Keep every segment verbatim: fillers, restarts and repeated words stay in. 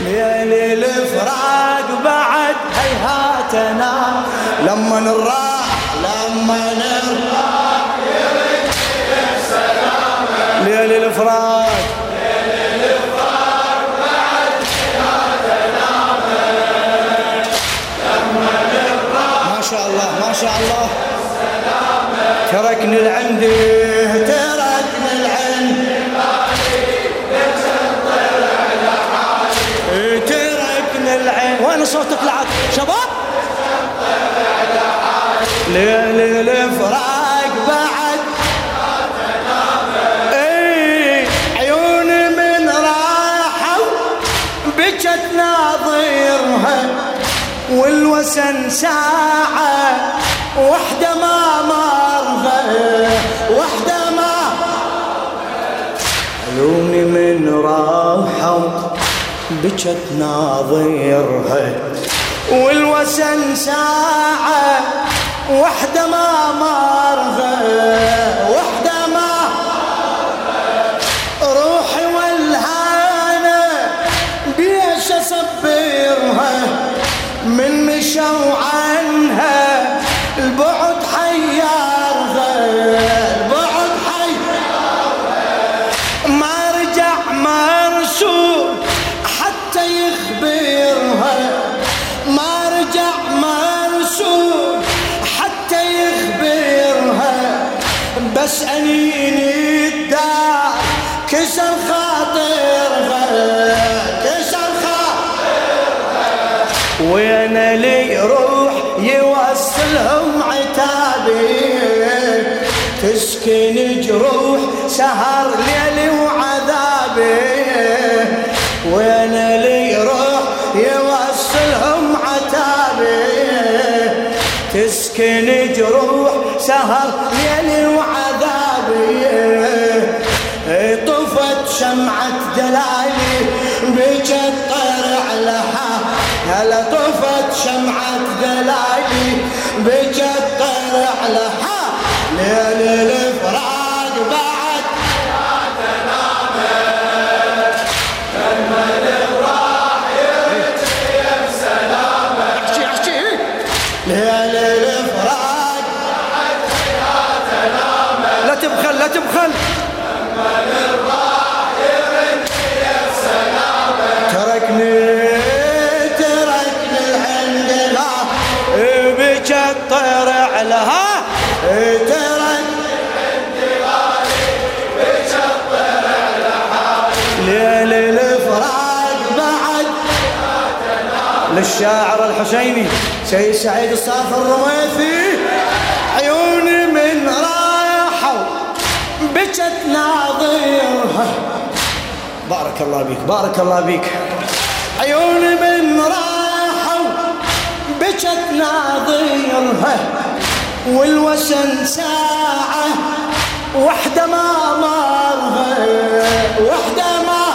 ليل الفراق بعد هيهاتنا لما نراح لما نراح يرد السلامة ليل الفراق ليل الفراق بعد هيهاتنا لما نراح ما شاء الله ما شاء الله تركني لعنده تركني لعنده تركني العين وين صوتك العاد شباب ليل الفراق بعد اي عيوني من راحوا بجت ناظرها والوسن ساعة وحدة ما مرها وحدة ما عيوني من راحوا بجت ناظرها والوسن ساعة وحدة ما مرها وحدة ما روحي والهانة بيش أصبرها من مشوا عنها البعد حيارها البعد حيارها ما رجع مرسول حتى يخبرها ما رجع مرسول حتى يخبرها بس أنيني الدار كسر خاطرها كسر خاطرها وين لي روح يوصلهم عتابي تسكن جروح سهر ليلي وعذابي وين لي روح يوصلهم عتابي تسكن جروح سهر ليلي وعذابي طفت شمعة دلالي بجت طرع لها هلا طفت شمعة دلالي بجت طرع لها ليل الفراق بعد ليل الفراق لا تبخل لا تبخل لما نراح يرد السلامة تركني تركني العند لا بجت طرع لها تركني العند غالي بجت طرع لها ليل الفراق بعد للشاعر الحسيني سيد سعيد الصافي الرميثي عيوني من راحوا بجت ناظرها بارك الله بيك بارك الله بيك عيوني من راحوا بجت ناظرها والوسن ساعة وحدة ما مرها وحدة ما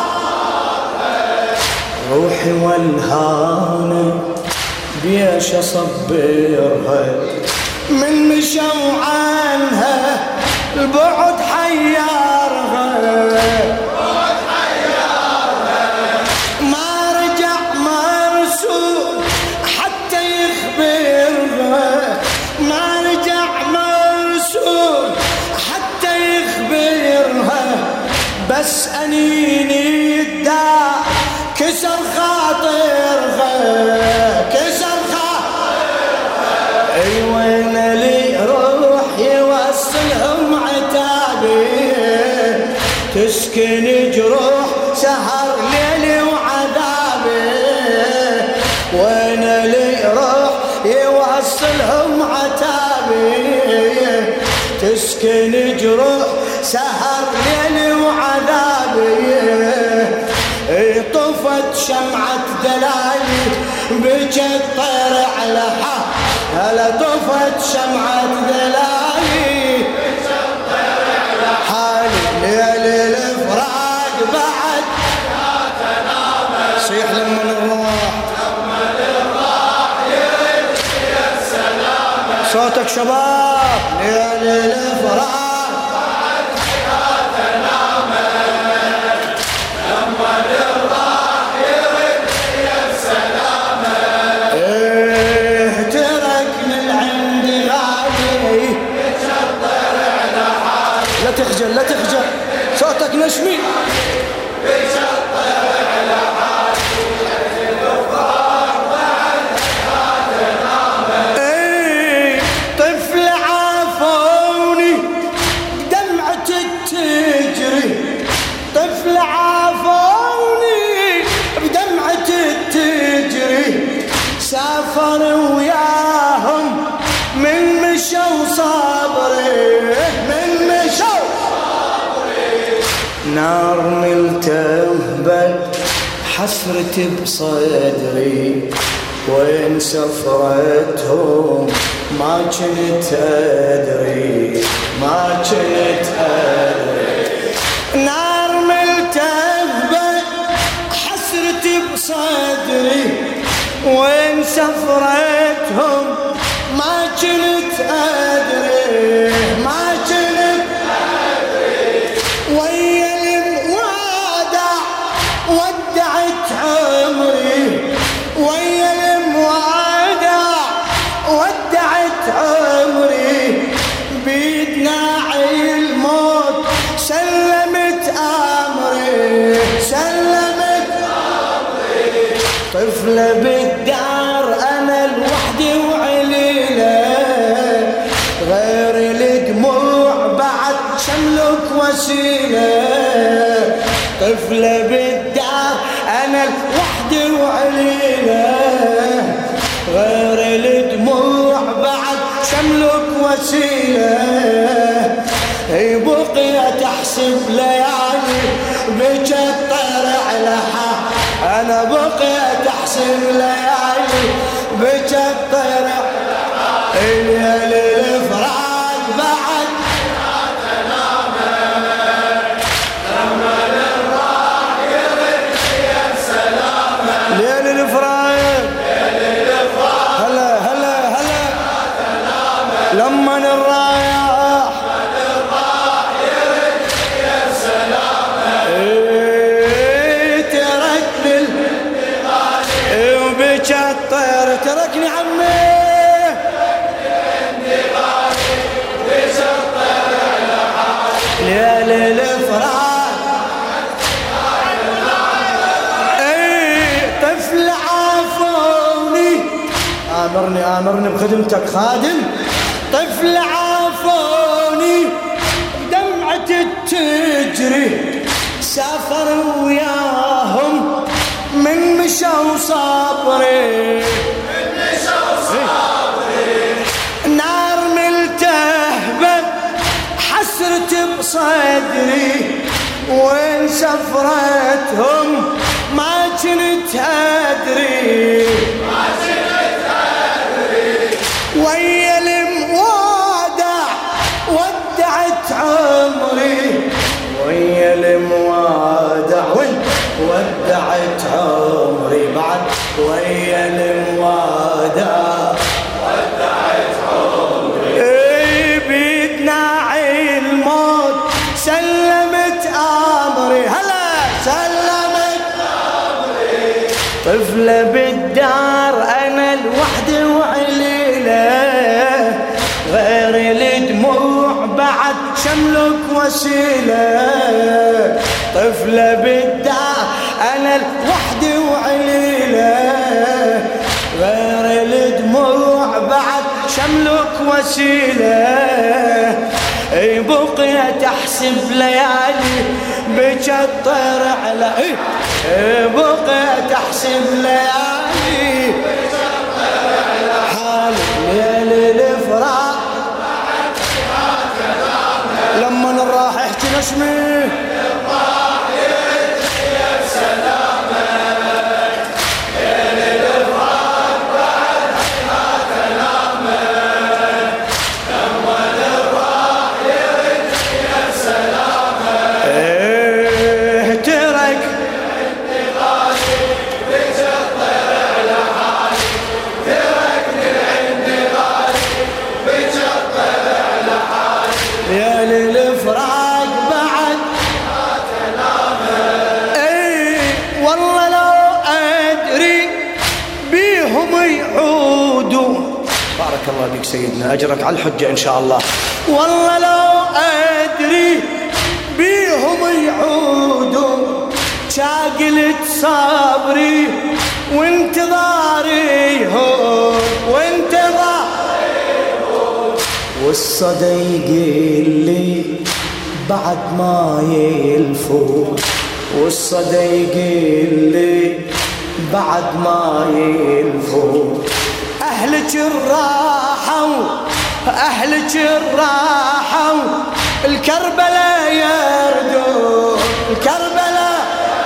روحي والهانة بيش أصبرها من مشوا عنها البعد حيارها البعد حيارها ما رجع مرسول حتى يخبرها ما رجع مرسول حتى يخبرها بس أنيني الدار كسر خاطرها كسر خاطرها اي وين لي روح يوصلهم عتابي تسكن جروح سهر ليلي وعذابي وين لي روح يوصلهم عتابي تسكن جروح سهر ليلي وعذابي طفت شمعة دلالي بجت طرع لها هلا طفت شمعة دلالي بجت طرع لها حالي ليل الفراق بعد صيح لما نروح لما نروح يرد السلامة صوتك شباب ليل الفراق سافر وياهم من مشوا صبري من مشوا صبري نار ملتهبت حسرتي بصدري وين سفرتهم ما كنت أدري ما كنت أدري نار ملتهبت حسرتي بصدري وين سفرتهم ما كنت أدري ما كنت أدري ويا الموادع ودعت عمري ويا الموادع ودعت عمري بيدناعي الموت سلمت أمري سلمت أمري طفلة بالدار أنا لوحدي وعليلة غير الدموع بعد شملك وسيلة طفلة بالدار أنا لوحدي وعليلة غير الدموع بعد شملك وسيلة بقيت أحسب ليالي بجت طرع لها أنا بقيت أحسب ليالي بجت طرع ليالي الفراق بعد لما الراح يرد يا سلامة ليالي الفراق هلا هلا هلا لما الرايح يرد يا سلامة تركني وبجت طير تركني عمي ليالي الفراق اي طفل عافوني امرني امرني بخدمتك خادم طفل عافوني دمعة تجري سافر وياهم من مشوا صبري من مشوا صبري نار ملتهبة حسرتي بصدري وين سفرتهم ما كنت أدري ما كنت أدري ويا الموادع ودعت عمري ويا الموادع وين ودعت عمري بعد ويا الموادع ودعت عمري اي بيدناعي الموت سلمت امري هلا سلمت امري طفلة بالدار انا لوحدي وعليلة غير الدموع بعد شملك وسيلة طفلة بالدار أنا لوحدي وعليلة غير الدموع بعد شملك وسيلة بقيت أحسب ليالي بجت طير على بقيت أحسب ليالي بجت طير على حال ليالي الفراق لما نراح احكي نسمي الراح يحكي يا سلامة ليالي الفراق بعد فيها كلامة لما نراح يحكي يا سلامة ايه ترك انتقالي بجت طير على حالي تركني عندي غالي بجت طير على حالي ليالي الفراق بعد اي والله لو ادري بيهم يعودوا بارك الله بك سيدنا اجرك على الحجه ان شاء الله والله لو ادري بيهم يعودوا شاقلت صبري وانتظاري هون وانتظاري هون والصدى يقول لي بعد ما يلفوت والصدى يقول لي بعد ما يلفوت أهلك الراحوا أهلك الراحوا الكربلاء يردون الكربلاء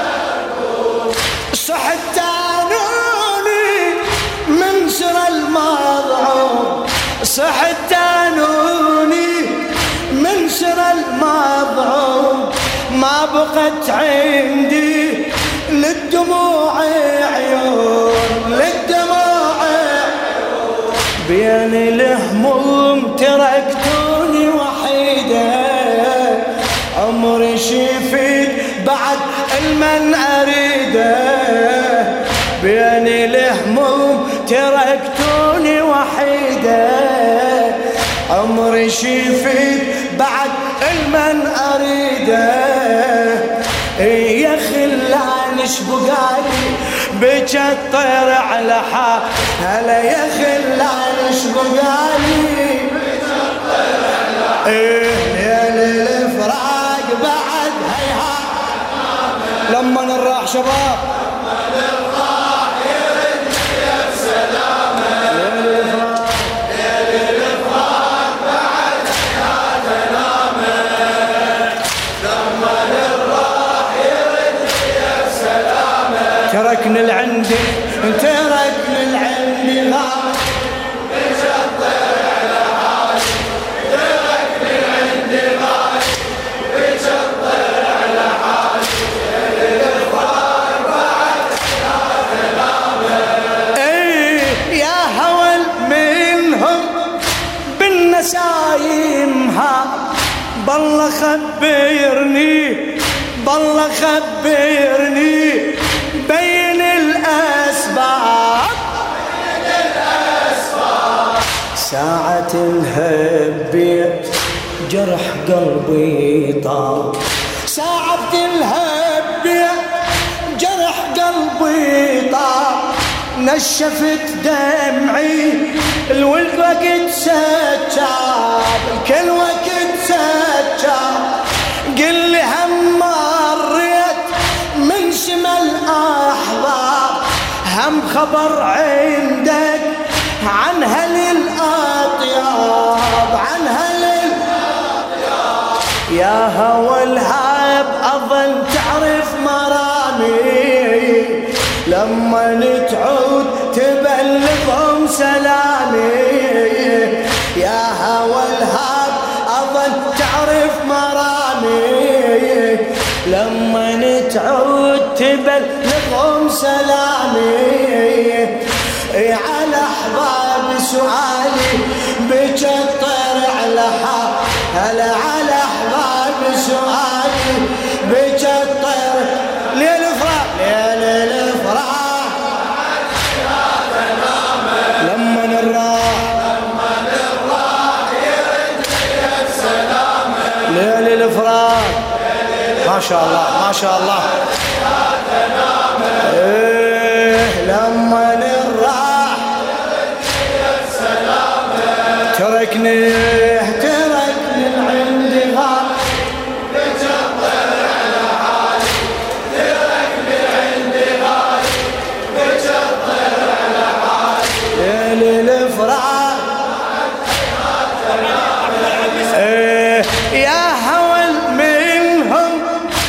صحت تانوني من سر المضعوف صحت تانوني من سر المضعوف ما بقت عندي للدموع عيون للدموع عيون بين الهموم تركتوني وحيدة عمري شفيت بعد المن أريده بين الهموم تركتوني وحيدة عمري شفيت بعد المن أريده يا خلان ايش بقالي بك الطير على حال هلا يا خلان ايش بقالي بك الطير على حال يا للفراق بعد هيها لما نراح شباب لما نراح يرد يا بسلامة يا للفراق يا للفراق بعد هيها سلامة لما نراح يرد يا بسلامة تركني لعندي تركني لعندي غاب بك الطير على حالي تركني لعندي غاب بك الطير على حالي يا للفراق بعد هيها سلامة ايه يا هوى منهم بالنسايمها بالله خبرني بالله خبرني بين الأسباب بين الأسباب ساعة الهبيت جرح قلبي طاب ساعة الهبيت جرح قلبي طاب نشفت دمعي الولد وقت سجاب الكل وقت سجاب قل لي هم مريت من شمال أحضار هم خبر عندك عن هل الأطياب عن هل الأطياب يا هوى الهاب أظل تعرف مرامي لما تعود تبلغهم سلامي يا هوى الهاب أظل تعرف مرامي لما تعود تبلغهم سلامي على أحباب سؤالي بك الطير على حال هلا على أحباب سؤالي بك الطير ليل الفراق ليل الفراق لما نراح لما نراح يرد يا سلامة ليل الفراق ما شاء الله ما شاء الله إيه لما نراح يا سلامة تركني تركني عندي غاب بك الطير على حالي تركني عندي غاب بك الطير على حالي يا للفراق إيه يا هوى منهم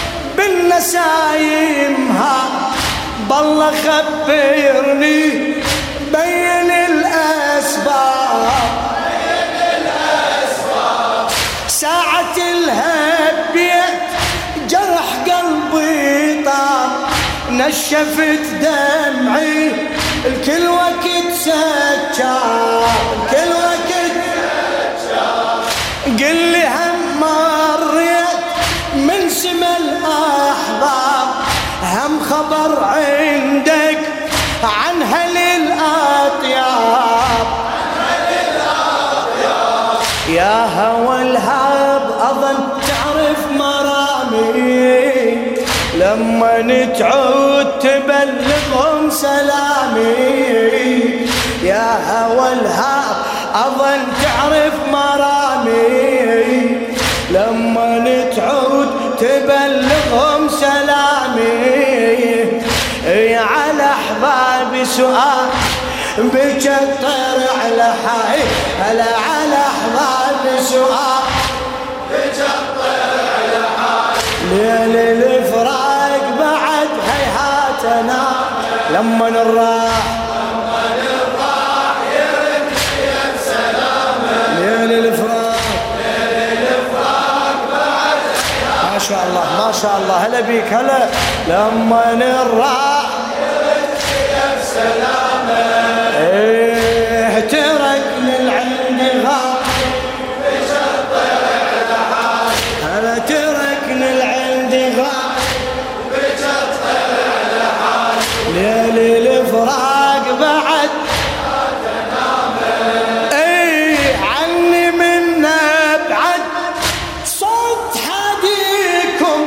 بالنسايمها بالله خبرني بين الأسباب بين الأسباب ساعة الهبيت جرح قلبي طاب نشفت دمعي الكل وقت سجاب الكل وقت سجاب قل لي هم مريت من سما الأحباب هم خبر عندك عن هل الأطياب يا هوى الهاب أظن تعرف مرامي لما تعود تبلغهم سلامي يا هوى الهاب أظن تعرف مرامي لما تعود تبلغهم سلامي على أحبابي سؤال بك الطير على حي هلا على أحضان سؤال بك الطير على حي ليل الفراق بعد هيهاتنا لما نراح لما نراح يرد يا سلامة ليل الفراق ليل الفراق بعد هيهاتنا ما شاء الله ما شاء الله هلا بيك هلا لما نراح يرد يا سلامة ايه تركني العند غاب بك الطير على حي هلا تركني العند غاب بك الطير على حي ليل الفراق بعد ايه عني منا ابعد صوت حديكم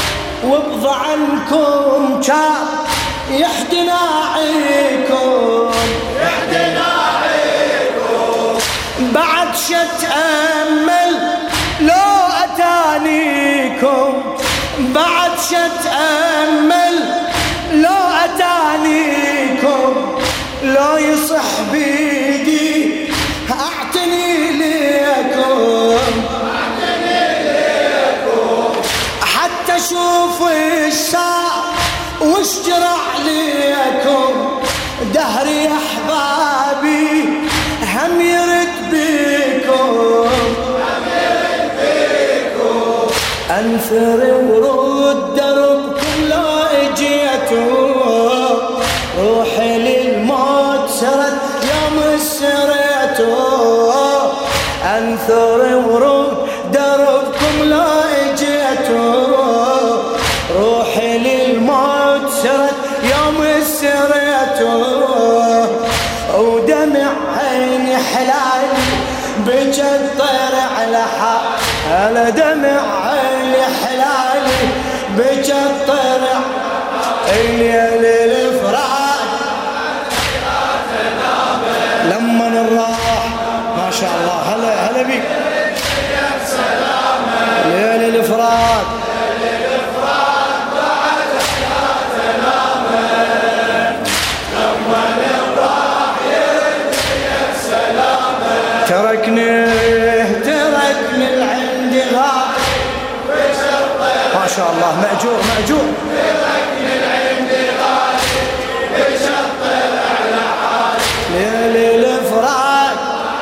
وبضعنكم كان يحدي ناعيكم يحدي ناعيكم بعد شتأمل لو أتانيكم بعد شتأمل لو أتانيكم لو يصح بيدي أعتني ليكم أعتني ليكم حتى أشوف الشعب وش جرح ليكم دهري أحبابي هم يرد بيكم هم يرد بيكم أنثر ورد دربكم لو اجيتوا روحي للموت سرت يوم سريتوا أنثر ورد دربكم لو اجيتوا روحي للموت سرت يوم سريتوا ودمع عيني حلالي بك الطير على حال هلا دمع عيني حلالي بك الطير ليل الفراق لما نراح ما شاء الله هلا هلا بيك ليل الفراق تركني تركني العند غاب ما شاء الله مأجور مأجور تركني العند غاب بك الطير على حالي ليل الفراق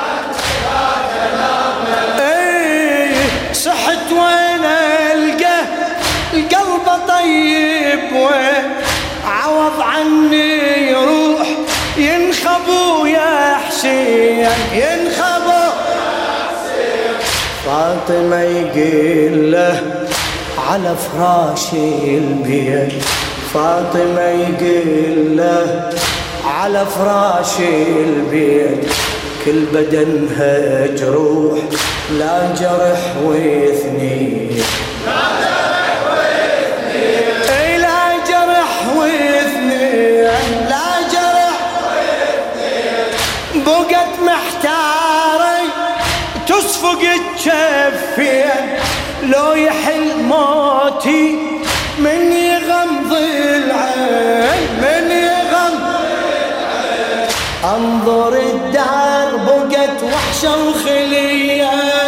اي صحت وين القى القلب طيب وين عوض عني يروح ينخبوا يا حسين ينخبوا فاطمة يقول له على فراشي البيت فاطمة يقول له على فراشي البيت كل بدنها جروح لا جرح واثنين لا جرح واثنين اي لا جرح واثنين لا جرح واثنين بقت محتارة تصفق الجفين لو يحل موتي من يغمض العين من يغمض العين انظر الدار بقت وحشة وخلية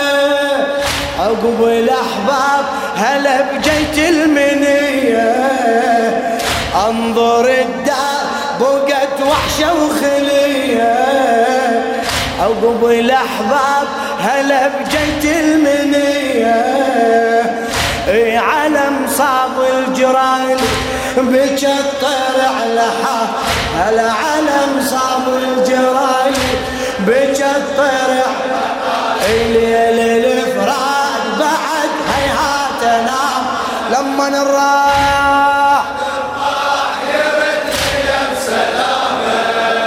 عقب الاحباب هلا بجيت المنية انظر الدار بقت وحشة وخلية عقب الاحباب هلا بجيت المنية اي علم صاب الجرال بك الطير على حال هلا علم صاب الجرال بك الطير اي ليل الفراق بعد هيهاتنا لما نراح نراح يرد يا بسلامة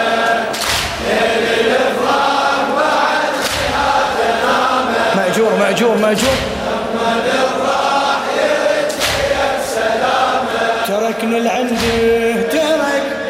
ليل الفراق بعد هيهاتنا مأجور مأجور مأجور لما نراح يرد يا بسلامة تركني العندي ترك